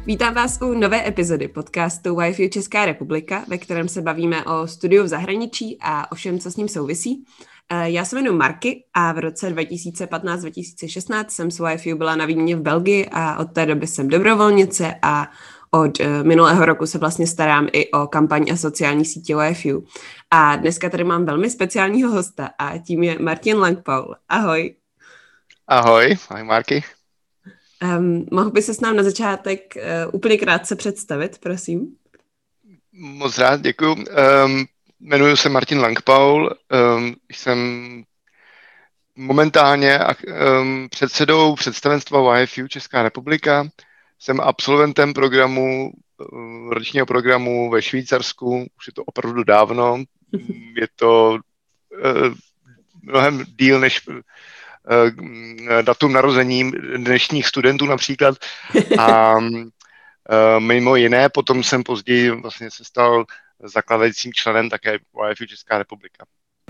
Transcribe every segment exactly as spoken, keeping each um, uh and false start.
Vítám vás u nové epizody podcastu Wi-Fi Česká republika, ve kterém se bavíme o studiu v zahraničí a o všem, co s ním souvisí. Já se jmenuji Marky a v roce dva tisíce patnáct dva tisíce šestnáct jsem s Wi-Fi byla na výměně v Belgii a od té doby jsem dobrovolnice a od minulého roku se vlastně starám i o kampaň a sociální sítě Wi-Fi. A dneska tady mám velmi speciálního hosta a tím je Martin Langpaul. Ahoj. Ahoj, ahoj Marky. Um, mohl by se s nám na začátek uh, úplně krátce představit, prosím? Moc rád, děkuji. Um, jmenuji se Martin Langpaul, um, jsem momentálně um, předsedou představenstva Wi-Fi Česká republika, jsem absolventem programu, um, ročního programu ve Švýcarsku, už je to opravdu dávno, je to uh, mnohem díl než datum narození dnešních studentů například. A mimo jiné, potom jsem později vlastně se stal zakladajícím členem také Wi-Fi Česká republika.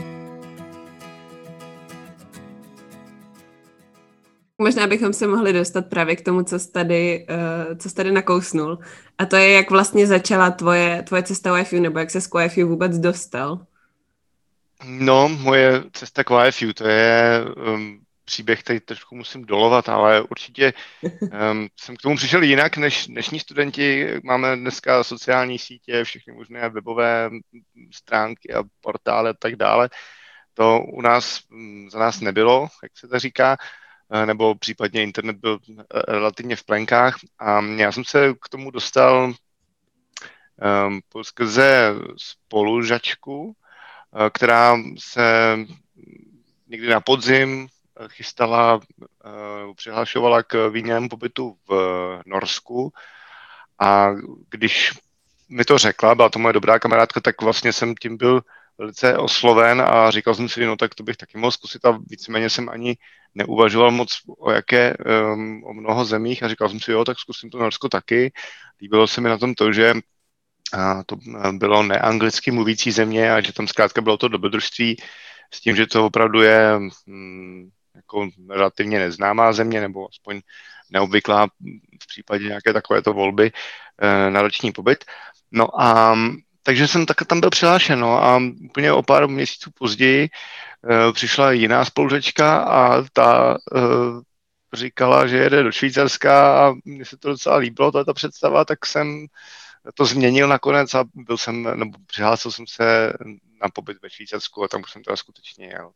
Možná bychom se mohli dostat právě k tomu, co jsi tady, uh, co jsi tady nakousnul. A to je, jak vlastně začala tvoje, tvoje cesta Wi-Fi, nebo jak se k Wi-Fi vůbec dostal? No, moje cesta k Wi-Fi, to je um, příběh, který trošku musím dolovat, ale určitě um, jsem k tomu přišel jinak než dnešní studenti. Máme dneska sociální sítě, všechny možné webové stránky a portály a tak dále. To u nás um, za nás nebylo, jak se to říká, nebo případně internet byl relativně v plenkách. A já jsem se k tomu dostal um, skrze spolužačku, která se někdy na podzim chystala, přihlašovala k výměnnému pobytu v Norsku a když mi to řekla, byla to moje dobrá kamarádka, tak vlastně jsem tím byl velice osloven a říkal jsem si, no tak to bych taky mohl zkusit a víceméně jsem ani neuvažoval moc o jaké, um, o mnoho zemích a říkal jsem si, jo, tak zkusím to Norsko taky. Líbilo se mi na tom to, že a to bylo neanglicky mluvící země a že tam zkrátka bylo to dobrodružství s tím, že to opravdu je hm, jako relativně neznámá země nebo aspoň neobvyklá v případě nějaké takovéto volby e, na roční pobyt. No a takže jsem tak tam byl přihlášen no, a úplně o pár měsíců později e, přišla jiná spolužečka a ta e, říkala, že jede do Švýcarska a mně se to docela líbilo, ta představa, tak jsem to změnil nakonec a byl jsem, nebo přihlásil jsem se na pobyt ve Švýcarsku a tam už jsem teda skutečně jel.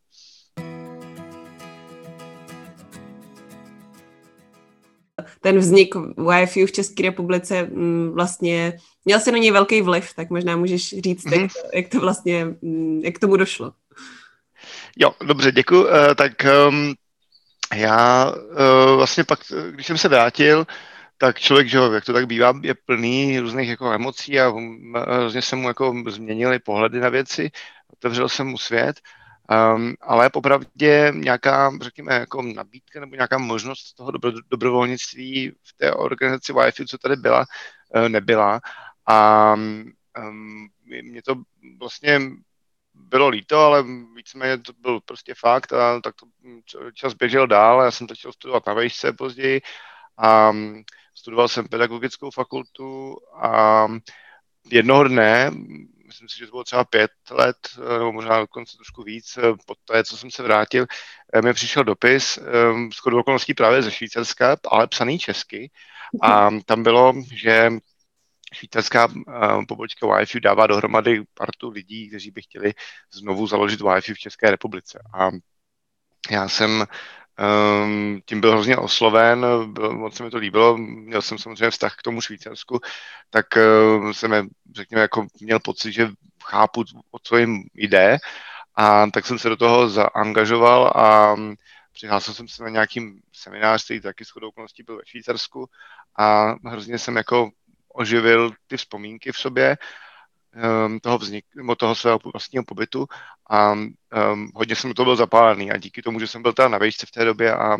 Ten vznik Wi-Fi v České republice vlastně, měl se na něj velký vliv, tak možná můžeš říct, mm-hmm. jak, to, jak to vlastně, jak k tomu došlo. Jo, dobře, děkuji. Uh, tak um, já uh, vlastně pak, když jsem se vrátil, tak člověk, že jak to tak bývá, je plný různých jako emocí a hrozně se mu jako změnily pohledy na věci, otevřel jsem mu svět, um, ale popravdě nějaká, řekněme, jako nabídka nebo nějaká možnost toho dobro, dobrovolnictví v té organizaci Wi-Fi, co tady byla, nebyla. A um, mě to vlastně bylo líto, ale víceméně to byl prostě fakt a tak to čas běžel dál. Já jsem začal studovat na vejšce později a studoval jsem pedagogickou fakultu a jednoho dne, myslím si, že to bylo třeba pět let, nebo možná dokonce trošku víc, po té, co jsem se vrátil, mi přišel dopis shodou okolností právě ze Švýcarska, ale psaný česky. A tam bylo, že švýcarská pobočka Wi-Fi dává dohromady partu lidí, kteří by chtěli znovu založit Wi-Fi v České republice. A já jsem Um, tím byl hrozně osloven, byl, moc se mi to líbilo, měl jsem samozřejmě vztah k tomu Švýcarsku, tak uh, jsem, řekněme, jako měl pocit, že chápu, o co jim jde, a tak jsem se do toho zaangažoval a přihlásil jsem se na nějaký seminář, který taky shodou okolností byl ve Švýcarsku a hrozně jsem jako oživil ty vzpomínky v sobě toho vzniku, toho svého vlastního pobytu a um, hodně jsem to byl zapálený a díky tomu, že jsem byl teda na vejšce v té době a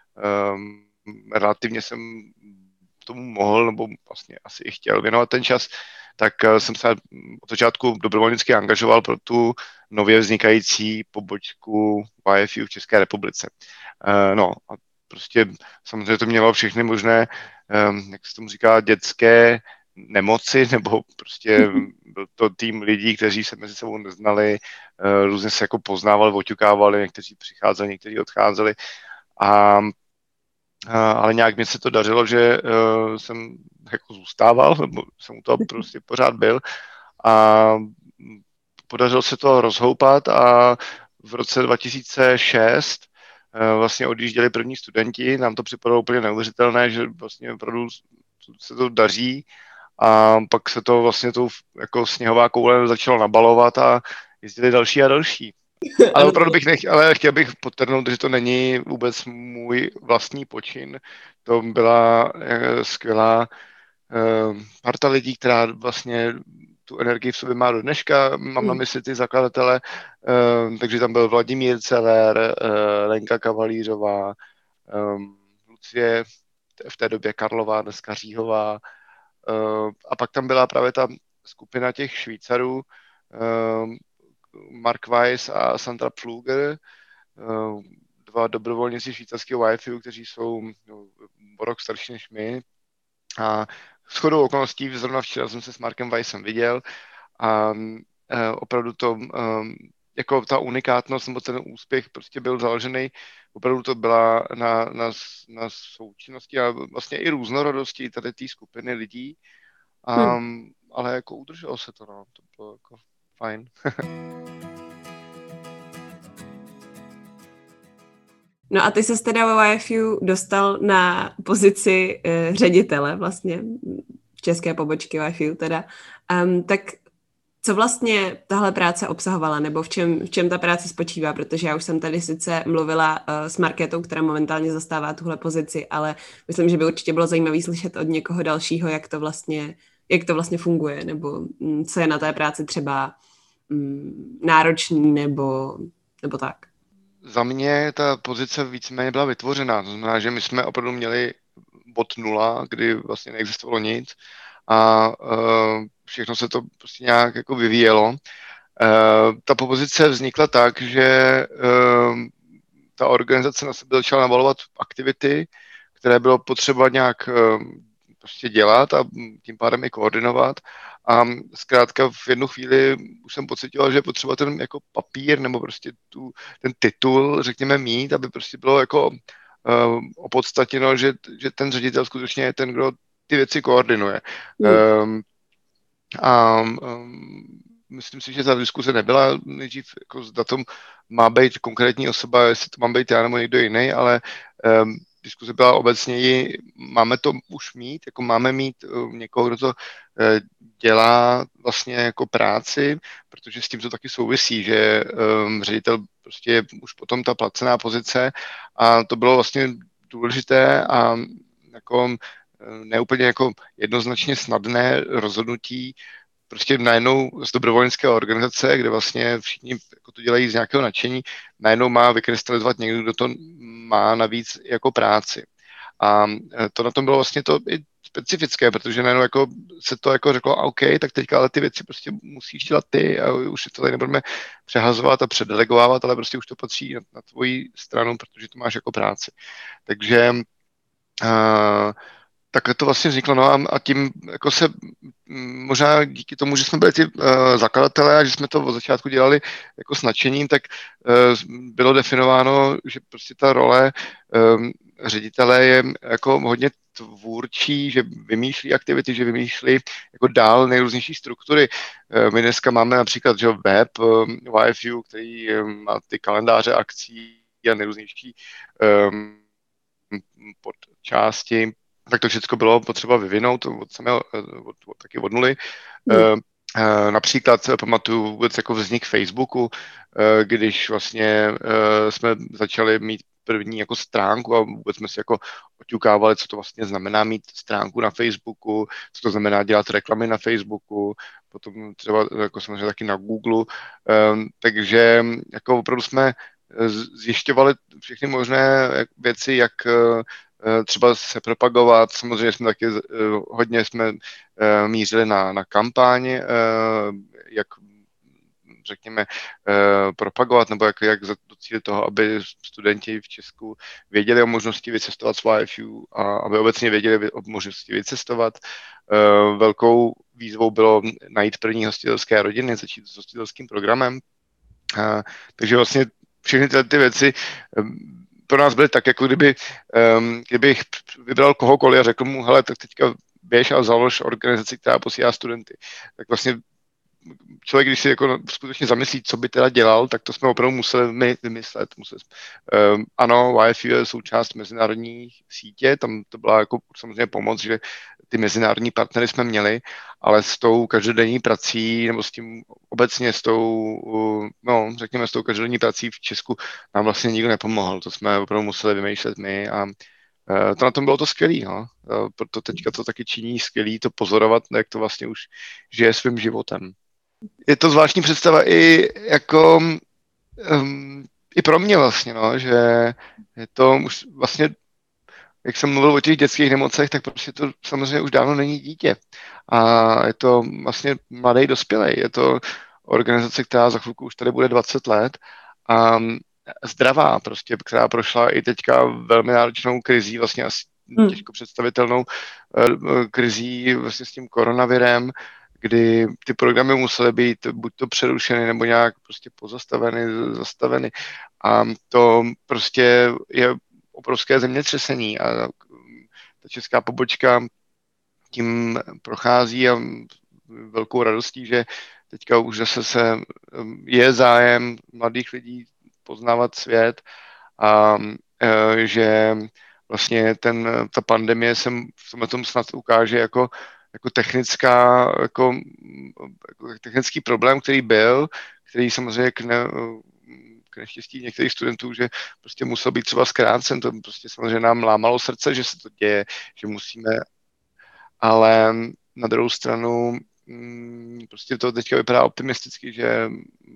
um, relativně jsem tomu mohl, nebo vlastně asi i chtěl věnovat ten čas, tak uh, jsem se od začátku dobrovolnicky angažoval pro tu nově vznikající pobočku Wi-Fi v České republice. Uh, no a prostě samozřejmě to mělo všechny možné, jak se tomu říká, dětské nemoci, nebo prostě byl to tým lidí, kteří se mezi sebou neznali, různě se jako poznávali, oťukávali, někteří přicházeli, někteří odcházeli. A, ale nějak mi se to dařilo, že jsem jako zůstával, nebo jsem u toho prostě pořád byl. A podařilo se to rozhoupat a v roce dva tisíce šest vlastně odjížděli první studenti. Nám to připadalo úplně neuvěřitelné, že vlastně opravdu se to daří. A pak se to vlastně tou jako sněhová koule začalo nabalovat a jezdili další a další. Ale opravdu bych nechtěl, ale chtěl bych podtrhnout, že to není vůbec můj vlastní počin. To byla skvělá parta lidí, která vlastně tu energii v sobě má do dneška. Mám na mysli ty zakladatele, takže tam byl Vladimír Celer, Lenka Kavalířová, Lucie, v té době Karlová, dneska Říhová. A pak tam byla právě ta skupina těch Švýcarů, Mark Weiss a Sandra Pfluger, dva dobrovolníci švýcarského Y F U, kteří jsou no, o rok starší než my. A shodou okolností, zrovna včera jsem se s Markem Weissem viděl a opravdu to, jako ta unikátnost nebo ten úspěch prostě byl založený, opravdu to byla na, na, na součinnosti a vlastně i různorodosti tady té skupiny lidí. Um, ale jako udrželo se to, no, to bylo jako fajn. No a ty ses teda ve Y F U dostal na pozici uh, ředitele vlastně české pobočky Y F U teda. Um, tak co vlastně tahle práce obsahovala, nebo v čem, v čem ta práce spočívá, protože já už jsem tady sice mluvila uh, s Markétou, která momentálně zastává tuhle pozici, ale myslím, že by určitě bylo zajímavé slyšet od někoho dalšího, jak to vlastně, jak to vlastně funguje, nebo um, co je na té práci třeba um, náročný, nebo, nebo tak. Za mě ta pozice víceméně byla vytvořená, to znamená, že my jsme opravdu měli bod nula, kdy vlastně neexistovalo nic a uh, všechno se to prostě nějak jako vyvíjelo. Uh, ta pozice vznikla tak, že uh, ta organizace na sebe začala navalovat aktivity, které bylo potřeba nějak uh, prostě dělat a tím pádem i koordinovat. A zkrátka v jednu chvíli už jsem pocitoval, že je potřeba ten jako papír nebo prostě tu, ten titul, řekněme, mít, aby prostě bylo jako uh, opodstatněno, že, že ten ředitel skutečně je ten, kdo ty věci koordinuje. Mm. Um, a um, myslím si, že ta diskuse nebyla nejdřív, jako zda to má být konkrétní osoba, jestli to má být já nebo někdo jiný, ale um, diskuse byla obecněji, máme to už mít, jako máme mít uh, někoho, kdo to uh, dělá vlastně jako práci, protože s tím to taky souvisí, že um, ředitel prostě je už potom ta placená pozice a to bylo vlastně důležité a jako neúplně jako jednoznačně snadné rozhodnutí prostě najednou z dobrovolnické organizace, kde vlastně všichni jako to dělají z nějakého nadšení, najednou má vykrystalizovat někdo, kdo to má navíc jako práci. A to na tom bylo vlastně to i specifické, protože najednou jako se to jako řeklo, OK, tak teďka ale ty věci prostě musíš dělat ty a už to tady nebudeme přehazovat a předelegovávat, ale prostě už to patří na, na tvoji stranu, protože to máš jako práci. Takže uh, tak to vlastně vzniklo, no a, a tím jako se možná díky tomu, že jsme byli ty uh, zakladatelé a že jsme to od začátku dělali jako s nadšením, tak uh, bylo definováno, že prostě ta role um, ředitele je jako hodně tvůrčí, že vymýšlí aktivity, že vymýšlí jako dál nejrůznější struktury. Uh, my dneska máme například že web um, Y F U, který um, má ty kalendáře akcí a nejrůznější um, podčásti. Tak to všechno bylo potřeba vyvinout od samého, od, od, taky od nuly. Hmm. E, například pamatuju vůbec jako vznik Facebooku, e, když vlastně e, jsme začali mít první jako stránku a vůbec jsme si jako oťukávali, co to vlastně znamená mít stránku na Facebooku, co to znamená dělat reklamy na Facebooku, potom třeba jako samozřejmě taky na Google. E, takže jako opravdu jsme zjišťovali všechny možné věci, jak třeba se propagovat. Samozřejmě jsme taky hodně jsme mířili na, na kampaň, jak řekněme propagovat, nebo jak, jak do cíle toho, aby studenti v Česku věděli o možnosti vycestovat z Y F U a aby obecně věděli o možnosti vycestovat. Velkou výzvou bylo najít první hostitelské rodiny, začít s hostitelským programem. Takže vlastně všechny tyhle ty věci pro nás byly tak, jako kdyby, kdybych vybral kohokoliv a řekl mu, hele, tak teďka běž a založ organizaci, která posílá studenty. Tak vlastně člověk, když si jako skutečně zamyslí, co by teda dělal, tak to jsme opravdu museli my vymyslet. Museli, um, ano, Y F U je součást mezinárodní sítě, tam to byla jako samozřejmě pomoc, že ty mezinárodní partnery jsme měli, ale s tou každodenní prací, nebo s tím obecně s tou, no, řekněme, s tou každodenní prací v Česku nám vlastně nikdo nepomohl. To jsme opravdu museli vymýšlet my a to na tom bylo to skvělý, no. Proto teďka to taky činí skvělý to pozorovat, jak to vlastně už žije svým životem. Je to zvláštní představa i jako um, i pro mě vlastně, no, že je to už vlastně, jak jsem mluvil o těch dětských nemocech, tak prostě to samozřejmě už dávno není dítě. A je to vlastně mladý dospělej. Je to organizace, která za chvilku už tady bude dvacet let a zdravá prostě, která prošla i teďka velmi náročnou krizí, vlastně asi hmm. těžko představitelnou krizí vlastně s tím koronavirem, kdy ty programy musely být buď to přerušeny, nebo nějak prostě pozastaveny, zastaveny. A to prostě je obrovské zemětřesení a ta česká pobočka tím prochází a velkou radostí, že teďka už zase se je zájem mladých lidí poznávat svět a že vlastně ten, ta pandemie se v tomhle tom snad ukáže jako, jako technická, jako, jako technický problém, který byl, který samozřejmě k, ne, k neštěstí některých studentů, že prostě musel být třeba zkrácen, to prostě samozřejmě nám lámalo srdce, že se to děje, že musíme, ale na druhou stranu prostě to teďka vypadá optimisticky, že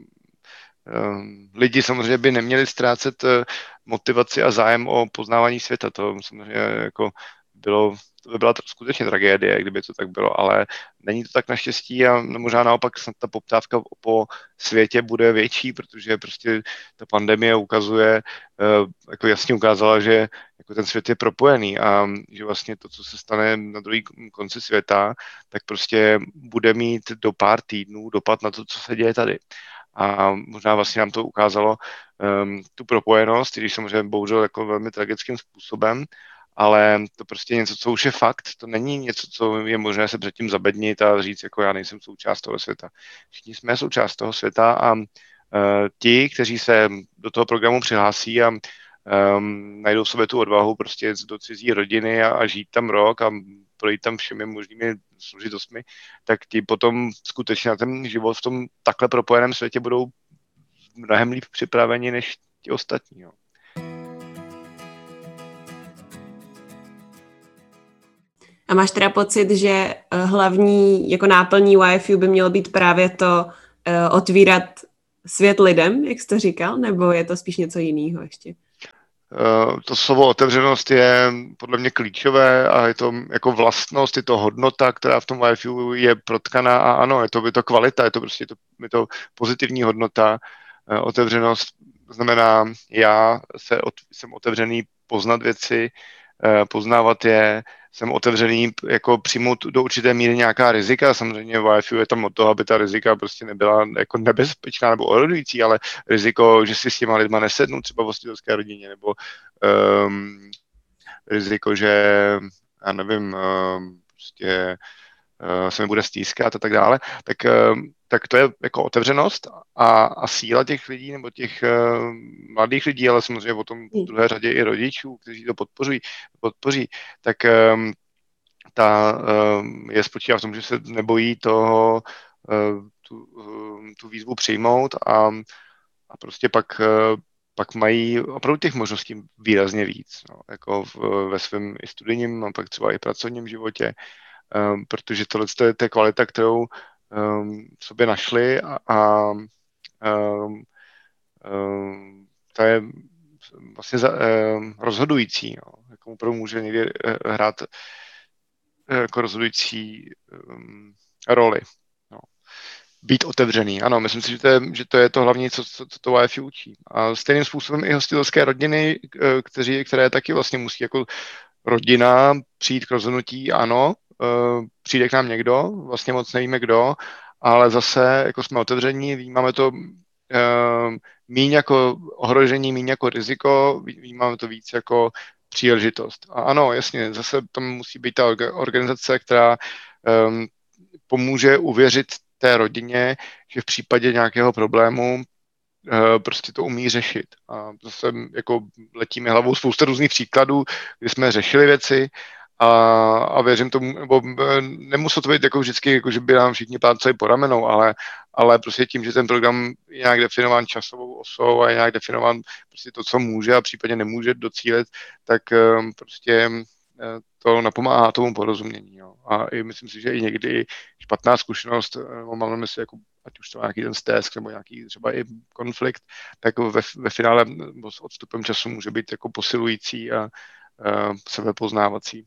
lidi samozřejmě by neměli ztrácet motivaci a zájem o poznávání světa. To samozřejmě jako bylo, to by byla skutečně tragédie, kdyby to tak bylo, ale není to tak naštěstí a možná naopak snad ta poptávka po světě bude větší, protože prostě ta pandemie ukazuje, jako jasně ukázala, že jako ten svět je propojený a že vlastně to, co se stane na druhý konci světa, tak prostě bude mít do pár týdnů dopad na to, co se děje tady. A možná vlastně nám to ukázalo um, tu propojenost, když samozřejmě bohužel jako velmi tragickým způsobem, ale to prostě je něco, co už je fakt, to není něco, co je možné se předtím zabednit a říct, jako já nejsem součást toho světa. Všichni jsme součást toho světa a uh, ti, kteří se do toho programu přihlásí a um, najdou v sobě tu odvahu prostě jít do cizí rodiny a, a žít tam rok a projít tam všemi možnými složitostmi, tak ti potom skutečně na ten život v tom takhle propojeném světě budou mnohem líp připraveni než ti ostatní. Jo. A máš teda pocit, že hlavní jako náplní Y F U by mělo být právě to uh, otvírat svět lidem, jak jsi to říkal, nebo je to spíš něco jiného ještě? To slovo otevřenost je podle mě klíčové a je to jako vlastnost, je to hodnota, která v tom Y F U je protkaná a ano, je to, je to kvalita, je to prostě je to, je to pozitivní hodnota. Otevřenost znamená, já se, jsem otevřený poznat věci, poznávat je, jsem otevřený jako přijmout do určité míry nějaká rizika, samozřejmě Y F U je tam od toho, aby ta rizika prostě nebyla jako nebezpečná nebo ohrožující, ale riziko, že si s těma lidma nesednu třeba v hostitelské rodině, nebo um, riziko, že já nevím, um, prostě uh, se mi bude stýskat a tak dále, tak, um, tak to je jako otevřenost a, a síla těch lidí nebo těch uh, mladých lidí, ale samozřejmě potom v druhé řadě i rodičů, kteří to podpoří, podpoří tak um, ta um, je spočívá v tom, že se nebojí toho uh, tu, um, tu výzvu přijmout a, a prostě pak, uh, pak mají opravdu těch možností výrazně víc, no, jako v, ve svém i studijním a pak třeba i pracovním životě, um, protože tohle je ta kvalita, kterou um, sobě našli a, a um, um, ta je vlastně za, um, rozhodující, no, jako opravdu může někdy hrát jako rozhodující um, roli. No. být otevřený. Ano, myslím si, že to je, že to, je to hlavní, co, co, co to Wi-Fi učí. A stejným způsobem i hostitelské rodiny, kteří, které taky vlastně musí jako rodina přijít k rozhodnutí, ano, přijde k nám někdo, vlastně moc nevíme kdo, ale zase jako jsme otevření, vnímáme to míň jako ohrožení, míň jako riziko, vnímáme to víc jako příležitost. A ano, jasně, zase tam musí být ta organizace, která um, pomůže uvěřit té rodině, že v případě nějakého problému uh, prostě to umí řešit. A zase jako letíme hlavou spousta různých příkladů, kdy jsme řešili věci a, a věřím tomu, nebo nemusí to být jako vždycky, jako že by nám všichni plácali po ramenou, ale, ale prostě tím, že ten program je nějak definován časovou osou a je nějak definován prostě to, co může a případně nemůže docílit, tak um, prostě to napomáhá tomu porozumění. Jo. A i myslím si, že i někdy špatná zkušenost, máme si jako, ať už to nějaký ten stesk nebo nějaký třeba i konflikt, tak ve, ve finále s odstupem času může být jako posilující a, a sebepoznávací.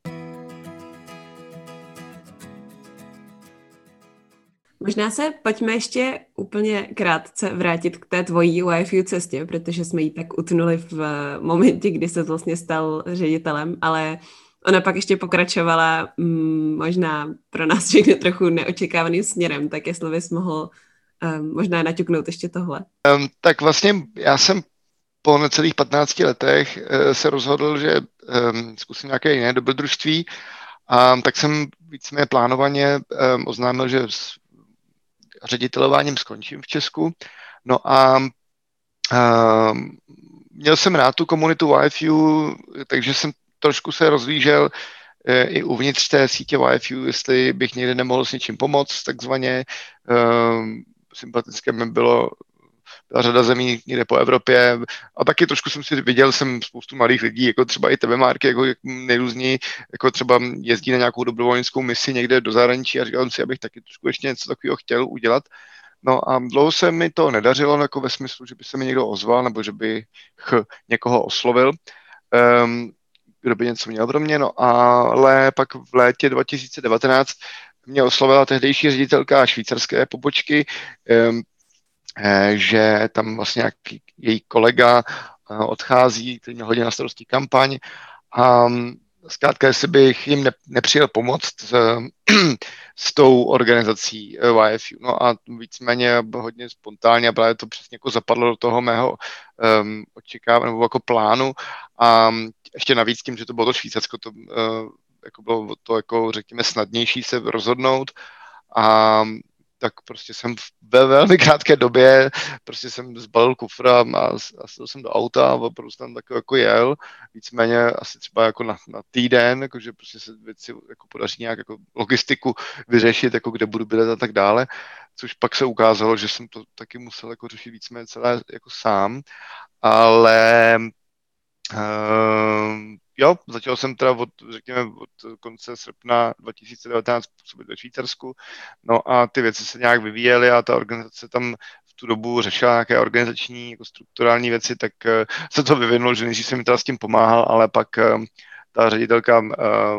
Možná se pojďme ještě úplně krátce vrátit k té tvojí Wi-Fi cestě, protože jsme ji tak utnuli v momentě, kdy se vlastně stal ředitelem, ale ona pak ještě pokračovala mm, možná pro nás všechny trochu neočekávaným směrem, tak jestli bys mohl um, možná naťuknout ještě tohle. Um, tak vlastně já jsem po necelých patnácti letech uh, se rozhodl, že um, zkusím nějaké jiné dobrodružství, a tak jsem víceméně plánovaně um, oznámil, že s ředitelováním skončím v Česku. No a um, měl jsem rád tu komunitu Wi-Fi, takže jsem trošku se rozlížel e, i uvnitř té sítě Wi-Fi, jestli bych někde nemohl s něčím pomoct, takzvaně. Um, sympatické mi bylo, byla řada zemí někde po Evropě a taky trošku jsem si viděl, jsem spoustu malých lidí, jako třeba i tebe, Marky, jako nejrůzněji, jako třeba jezdí na nějakou dobrovolnickou misi někde do zahraničí a říkal jsem si, abych taky trošku ještě něco takového chtěl udělat. No a dlouho se mi to nedařilo, jako ve smyslu, že by se mi někdo ozval, nebo že bych někoho oslovil, um, kdo by něco měl pro mě, no ale pak v létě dva tisíce devatenáct mě oslovila tehdejší ředitelka švýcarské pobočky, um, že tam vlastně nějaký její kolega odchází, který měl hodně na starosti kampaň a zkrátka, jestli bych jim ne, nepřijel pomoct s, s tou organizací Wi-Fi. No a víceméně hodně spontánně a právě to přesně jako zapadlo do toho mého um, očekávání nebo jako plánu a ještě navíc tím, že to bylo to Švýcarsko, to uh, jako bylo to jako řekněme snadnější se rozhodnout a tak prostě jsem ve velmi krátké době prostě jsem zbalil kufr a, a sedl jsem do auta a opravdu jsem tak jako jel, víceméně asi třeba jako na, na týden, jakože prostě se věci jako podaří nějak jako logistiku vyřešit, jako kde budu bydlet a tak dále, což pak se ukázalo, že jsem to taky musel jako řešit víceméně celé jako sám, ale uh, jo, začal jsem teda od, řekněme, od konce srpna dva tisíce devatenáct působit ve Švýcarsku, no a ty věci se nějak vyvíjely a ta organizace tam v tu dobu řešila nějaké organizační, jako strukturální věci, tak uh, se to vyvinulo, že nejdřív jsem mi teda s tím pomáhal, ale pak uh, ta ředitelka uh,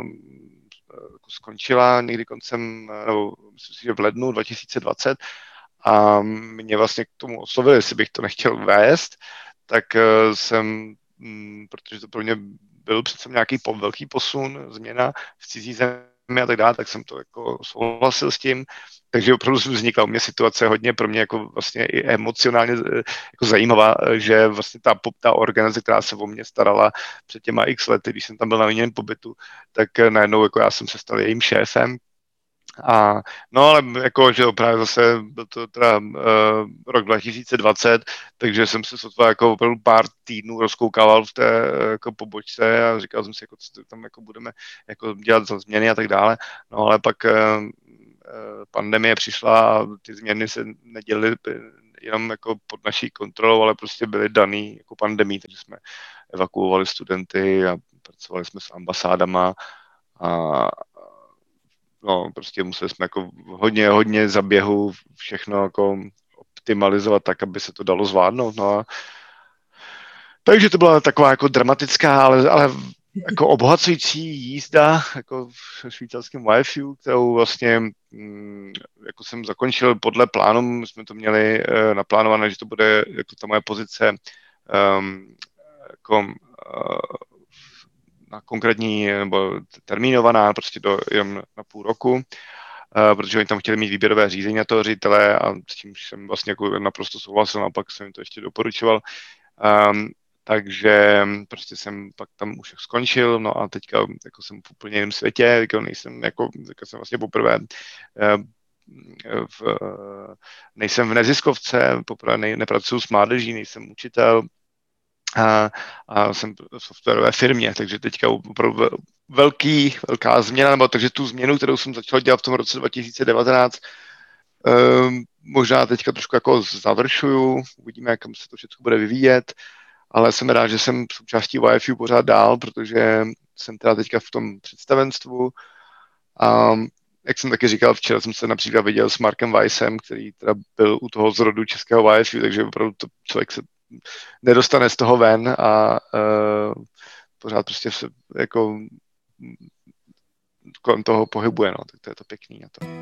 jako skončila někdy koncem, nebo myslím si, že v lednu dva tisíce dvacet a mě vlastně k tomu oslovili, jestli bych to nechtěl vést, tak uh, jsem, um, protože to pro mě byl přece nějaký po, velký posun, změna v cizí zemi a tak dále, tak jsem to jako souhlasil s tím, takže opravdu vznikla u mě situace hodně pro mě jako vlastně i emocionálně jako zajímavá, že vlastně ta, ta organizace, která se o mě starala před těma x lety, když jsem tam byl na jiném pobytu, tak najednou jako já jsem se stal jejím šéfem. A no ale jako, že právě zase byl to teda uh, rok dva tisíce dvacet, takže jsem se sotva jako opravdu pár týdnů rozkoukával v té jako pobočce a říkal jsem si, jako, co tam jako budeme jako dělat za změny a tak dále. No ale pak uh, pandemie přišla a ty změny se neděly jenom jako pod naší kontrolou, ale prostě byly daný jako pandemí, takže jsme evakuovali studenty a pracovali jsme s ambasádama a no, prostě museli jsme jako hodně, hodně za běhu všechno jako optimalizovat tak, aby se to dalo zvládnout, no a takže to byla taková jako dramatická, ale, ale jako obohacující jízda jako v švýcarském Wi-Fi, kterou vlastně mm, jako jsem zakončil podle plánu. My jsme to měli uh, naplánované, že to bude jako ta moje pozice um, jako uh, na konkrétní nebo termínovaná prostě do, jen na půl roku, uh, protože oni tam chtěli mít výběrové řízení na toho ředitele a s tím jsem vlastně jako naprosto souhlasil a pak jsem jim to ještě doporučoval. Um, takže prostě jsem pak tam už skončil, no a teďka jako jsem v úplně jiném světě, jako nejsem, jako, jako jsem vlastně poprvé v, nejsem v neziskovce, poprvé ne, nepracuju s mládeží, nejsem učitel, a, a jsem v softwarové firmě, takže teďka opravdu velký, velká změna, nebo takže tu změnu, kterou jsem začal dělat v tom roce dva tisíce devatenáct, um, možná teďka trošku jako završuju, uvidíme, jak se to všechno bude vyvíjet, ale jsem rád, že jsem součástí Wi-Fi pořád dál, protože jsem teda teďka v tom představenstvu a jak jsem taky říkal, včera jsem se například viděl s Markem Weissem, který teda byl u toho zrodu českého Wi-Fi, takže opravdu to člověk se nedostane z toho ven a uh, pořád prostě se jako kolem toho pohybuje, no, tak to je to pěkný na to.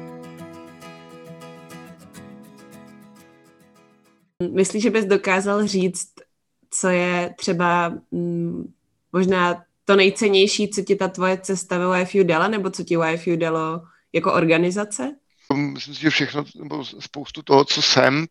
Myslíš, že bys dokázal říct, co je třeba mm, možná to nejcennější, co ti ta tvoje cesta ve Wi-Fi dala, nebo co ti Wi-Fi dalo jako organizace? Myslím si, že všechno, nebo spoustu toho, co jsem,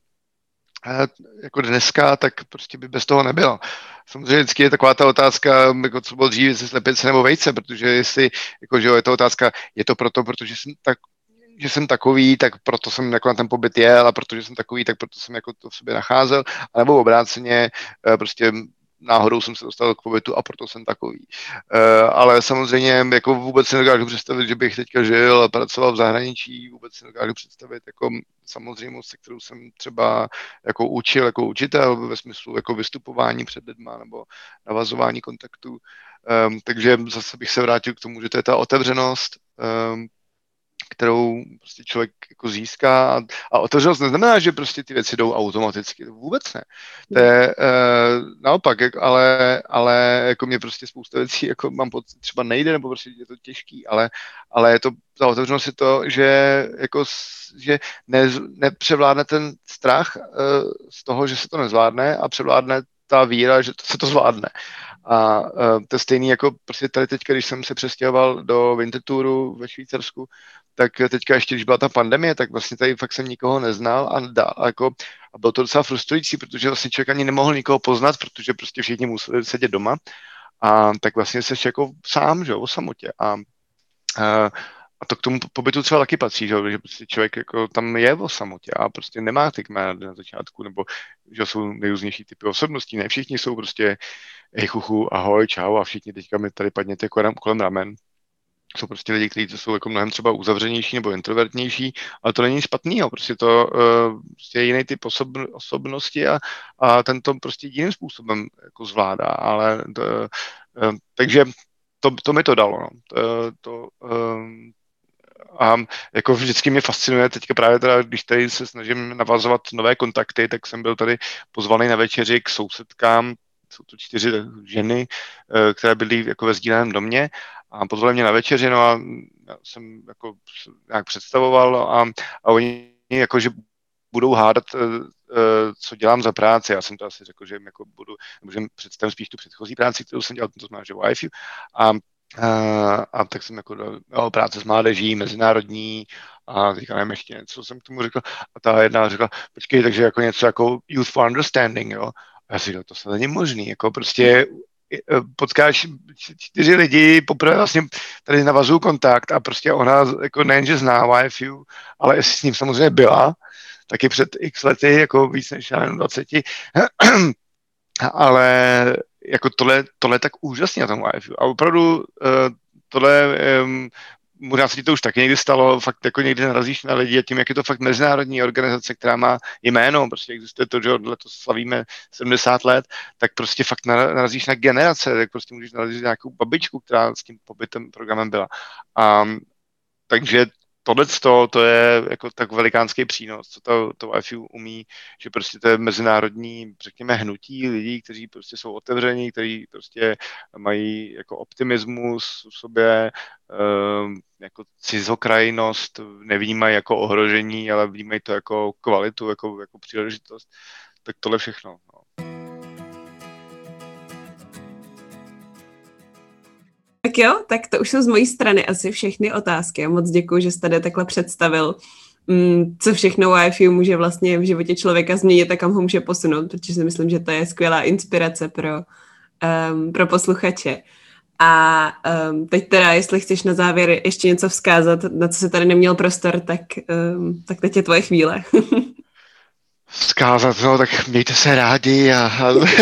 jako dneska, tak prostě by bez toho nebylo. Samozřejmě vždycky je taková ta otázka, jako co bylo dřív, jestli slepice nebo vejce, protože jestli, jako, že jo, je to otázka, je to proto, protože jsem tak, že jsem takový, tak proto jsem jako na ten pobyt jel a protože jsem takový, tak proto jsem jako to v sobě nacházel, anebo obráceně, prostě náhodou jsem se dostal k pobytu a proto jsem takový. Uh, ale samozřejmě jako vůbec si nedokážu představit, že bych teďka žil a pracoval v zahraničí, vůbec si nedokážu představit jako samozřejmost, se kterou jsem třeba jako učil jako učitel ve smyslu jako vystupování před lidma nebo navazování kontaktů. Um, takže zase bych se vrátil k tomu, že to je ta otevřenost, um, kterou prostě člověk jako získá a, a otevřenost neznamená, že prostě ty věci jdou automaticky, to vůbec ne. To je uh, naopak, jak, ale, ale jako mě prostě spousta věcí jako mám pocit, třeba nejde, nebo prostě je to těžký, ale, ale je to, ta otevřenost je to, že jako, že ne, nepřevládne ten strach uh, z toho, že se to nezvládne a převládne ta víra, že to, se to zvládne. A uh, to je stejný jako prostě tady teďka, když jsem se přestěhoval do Winterthuru ve Švýcarsku, tak teďka ještě, když byla ta pandemie, tak vlastně tady fakt jsem nikoho neznal a, dá, a, jako, a bylo to docela frustrující, protože vlastně člověk ani nemohl nikoho poznat, protože prostě všichni museli sedět doma a tak vlastně seš jako sám, že jo, o samotě a, a a to k tomu pobytu třeba taky patří, že, že prostě člověk jako tam je o samotě a prostě nemá ty kmény na začátku, nebo že jsou nejrůznější typy osobností, ne všichni jsou prostě hej chuchu, ahoj, čau a všichni teďka mi tady padněte kolem, kolem ramen. Jsou prostě lidi, kteří jsou jako mnohem třeba uzavřenější nebo introvertnější, ale to není nic špatného, prostě to uh, prostě je jiný typ osob, osobnosti a, a ten to prostě jiným způsobem jako zvládá, ale to, uh, takže to, to mi to dalo, no. To, to um, a jako vždycky mě fascinuje, teďka právě teda, když tady se snažím navazovat nové kontakty, tak jsem byl tady pozvaný na večeři k sousedkám, jsou to čtyři ženy, které byly jako ve sdíleném domě a pozvali mě na večeři, no a já jsem jako nějak představoval a, a oni jakože budou hádat, co dělám za práci. Já jsem to asi řekl, že jim jako budu, nebo že jim představím spíš tu předchozí práci, kterou jsem dělal, to znamená, že Wi-Fi. A Uh, a tak jsem jako dal jo, práce s mládeží, mezinárodní a teďka nevím ještě něco, jsem k tomu řekl a ta jedna řekla, počkej, takže jako něco jako Youth for Understanding, jo. A já si říkal, to se není možný, jako prostě potkáš čtyři lidi, poprvé vlastně tady navazuju kontakt a prostě ona jako nejenže zná Wi-Fi, ale jestli s ním samozřejmě byla, taky před x lety, jako víc než já dvacet, ale jako tohle, tohle je tak úžasně na tom Wi-Fi. A opravdu uh, tohle, um, možná se ti to už taky někdy stalo, fakt jako někdy narazíš na lidi a tím, jak je to fakt mezinárodní organizace, která má jméno, prostě existuje to, že letos slavíme sedmdesát let, tak prostě fakt narazíš na generace, tak prostě můžeš narazit na nějakou babičku, která s tím pobytem programem byla. Um, takže tohleto, to je jako tak velikánský přínos, co to, to Wi-Fi umí, že prostě to je mezinárodní, řekněme, hnutí lidí, kteří prostě jsou otevření, kteří prostě mají jako optimismus v sobě, jako cizokrajnost, nevnímají jako ohrožení, ale vnímají to jako kvalitu, jako, jako příležitost. Tak tohle všechno. No. Tak jo, tak to už jsou z mojí strany asi všechny otázky. Moc děkuji, že jste tady takhle představil, co všechno Wi-Fi může vlastně v životě člověka změnit a kam ho může posunout, protože si myslím, že to je skvělá inspirace pro, um, pro posluchače. A um, teď teda, jestli chceš na závěr ještě něco vzkázat, na co se tady neměl prostor, tak, um, tak teď je tvoje chvíle. Vzkázat, no, tak mějte se rádi a...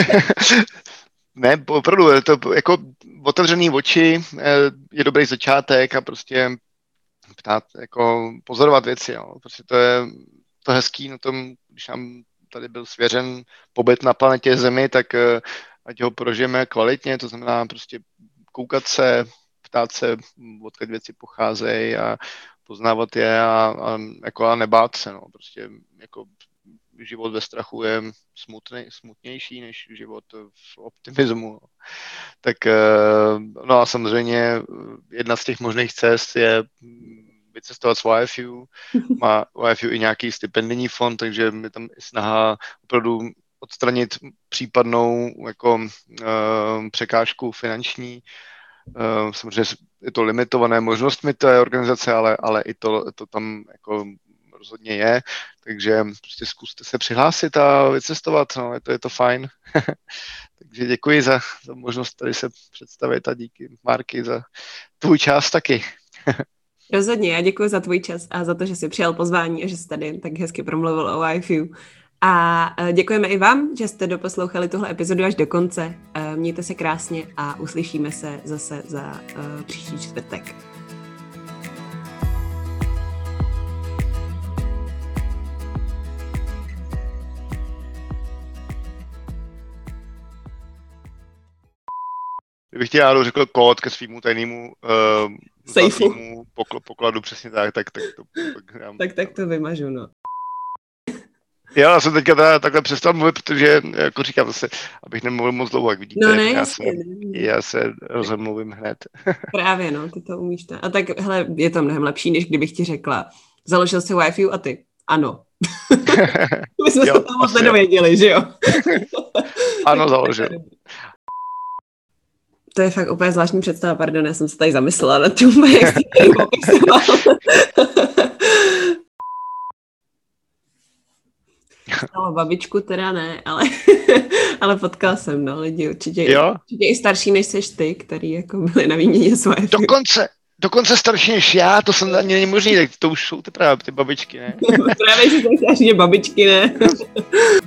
Ne, opravdu, je to jako otevřený oči je dobrý začátek a prostě ptát, jako pozorovat věci, jo. Prostě to je to hezký na tom, když nám tady byl svěřen pobyt na planetě Zemi, tak ať ho prožijeme kvalitně, to znamená prostě koukat se, ptát se, odkud věci pocházejí a poznávat je a, a, jako a nebát se, no. Prostě jako život ve strachu je smutný, smutnější než život v optimismu. Tak no a samozřejmě jedna z těch možných cest je vycestovat s Wi-Fi. Má Wi-Fi i nějaký stipendijní fond, takže je tam snaha opravdu odstranit případnou jako uh, překážku finanční. Uh, samozřejmě je to limitované možnostmi té organizace, ale, ale i to, to tam jako rozhodně je, takže prostě zkuste se přihlásit a vycestovat, no, je to, je to fajn. Takže děkuji za, za možnost tady se představit a díky, Marky, za tvůj čas taky. Rozhodně, já děkuji za tvůj čas a za to, že jsi přijal pozvání a že jsi tady tak hezky promluvil o Wi-Fi. A děkujeme i vám, že jste doposlouchali tuhle epizodu až do konce. Mějte se krásně a uslyšíme se zase za uh, příští čtvrtek. Kdybych ti já řekl kód ke svýmu tajnému uh, zlatému pokl- pokladu, přesně tak, tak, tak to... Tak, já, tak, tak to vymažu, no. Jo, já jsem teďka teda takhle přestal mluvit, protože, jako říkám zase, abych nemluvil moc dlouho, jak vidíte, no ne, já, jasně, se, já se rozmluvím hned. Právě, no, ty to umíš. To. A tak, hele, je to mnohem lepší, než kdybych ti řekla, založil jsi Wi-Fi a ty, ano. My jsme jo, se tam moc nedověděli, že jo? Ano, založil. To je fakt úplně zvláštní představa, pardon, já jsem se tady zamyslela na tím, jak jsi tady popisoval. No, babičku teda ne, ale, ale potkal jsem, no, lidi určitě, určitě i starší než seš ty, který jako byli na výměně s Wi-Fi. Dokonce, dokonce starší než já, to jsem ani není možný, tak to už jsou ty právě ty babičky, ne? Právě, že jsou starší babičky, ne?